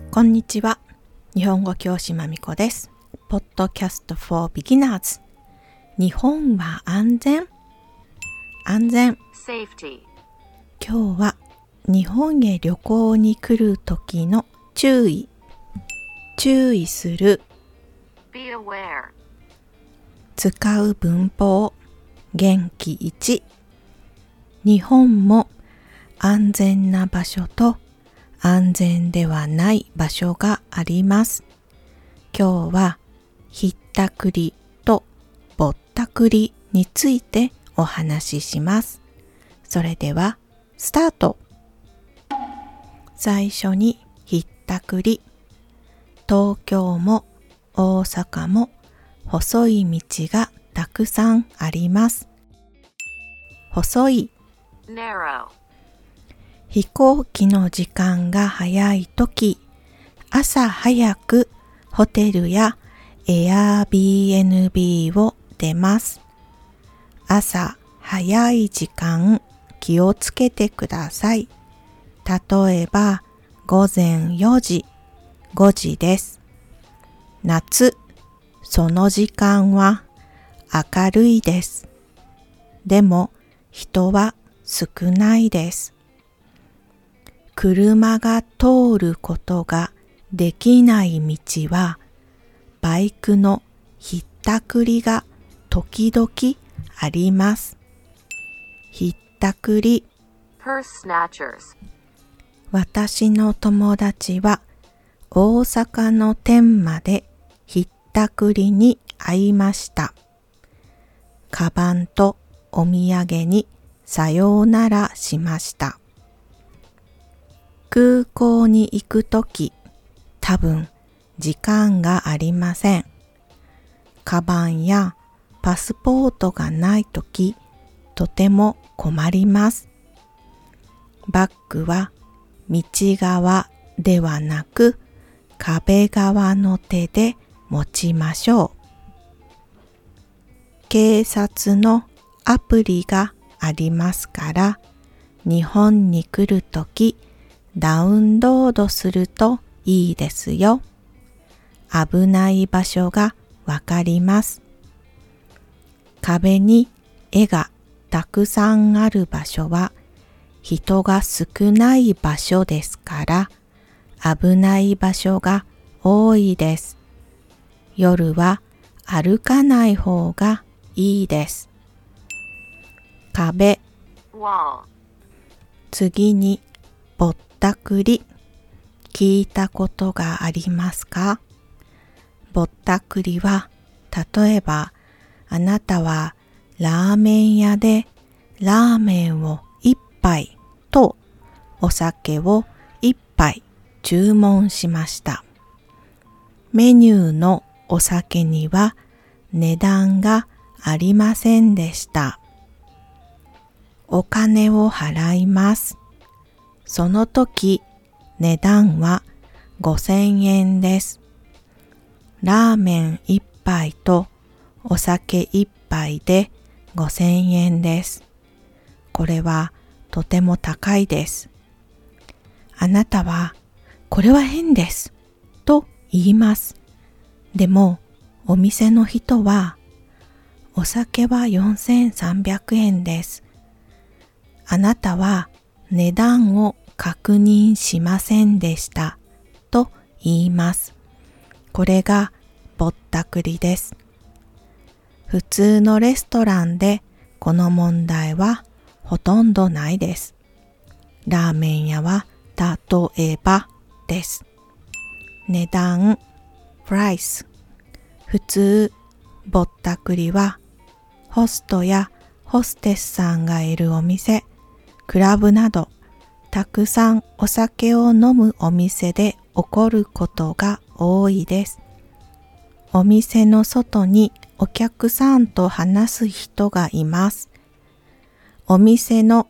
こんにちは。日本語教師まみこです。Podcast for Beginners。日本は安全？安全。 Safety。 今日は日本へ旅行に来る時の注意する。 Be aware。 使う文法。元気1。日本も安全な場所と安全ではない場所があります。今日はひったくりとぼったくりについてお話しします。それではスタート。最初にひったくり。東京も大阪も細い道がたくさんあります。細い。 Narrow。 飛行機の時間が早いとき、朝早くホテルや Airbnb を出ます。朝早い時間気をつけてください。例えば午前4時、5時です。夏、その時間は明るいです。でも人は少ないです。車が通ることができない道は、バイクのひったくりが時々あります。ひったくり。 Purse snatchers。 私の友達は大阪の天満でひったくりに遭いました。カバンとお土産にさようならしました。空港に行くとき、多分時間がありません。カバンやパスポートがないとき、とても困ります。バッグは道側ではなく壁側の手で持ちましょう。警察のアプリがありますから、日本に来るとき、ダウンロードするといいですよ。危ない場所がわかります。壁に絵がたくさんある場所は人が少ない場所ですから危ない場所が多いです。夜は歩かない方がいいです。壁。 Wall。 次にぼったくり。聞いたことがありますか？ぼったくりは、例えばあなたはラーメン屋でラーメンを一杯とお酒を一杯注文しました。メニューのお酒には値段がありませんでした。お金を払います。その時、値段は5000円です。ラーメン一杯とお酒一杯で5000円です。これはとても高いです。あなたは、これは変です、と言います。でも、お店の人は、お酒は4300円です。あなたは値段を確認しませんでした、と言います。これがぼったくりです。普通のレストランでこの問題はほとんどないです。ラーメン屋は例えばです。値段、プライス。普通、ぼったくりはホストやホステスさんがいるお店、クラブなどたくさんお酒を飲むお店で起こることが多いです。お店の外にお客さんと話す人がいます。お店の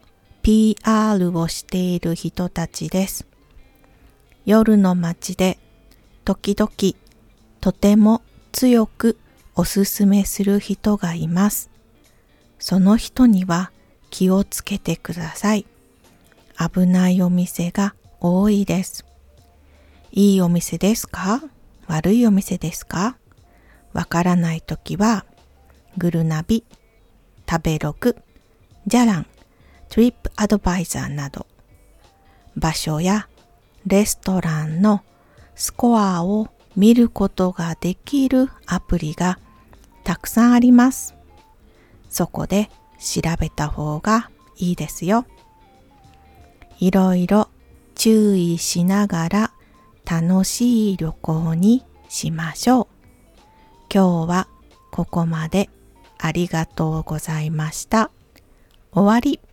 PR をしている人たちです。夜の街で時々とても強くおすすめする人がいます。その人には気をつけてください。危ないお店が多いです。 いいお店ですか？悪いお店ですか？わからないときは、グルナビ、食べログ、じゃらん、トリップアドバイザーなど、場所やレストランのスコアを見ることができるアプリがたくさんあります。そこで調べた方がいいですよ。いろいろ注意しながら楽しい旅行にしましょう。今日はここまで。ありがとうございました。終わり。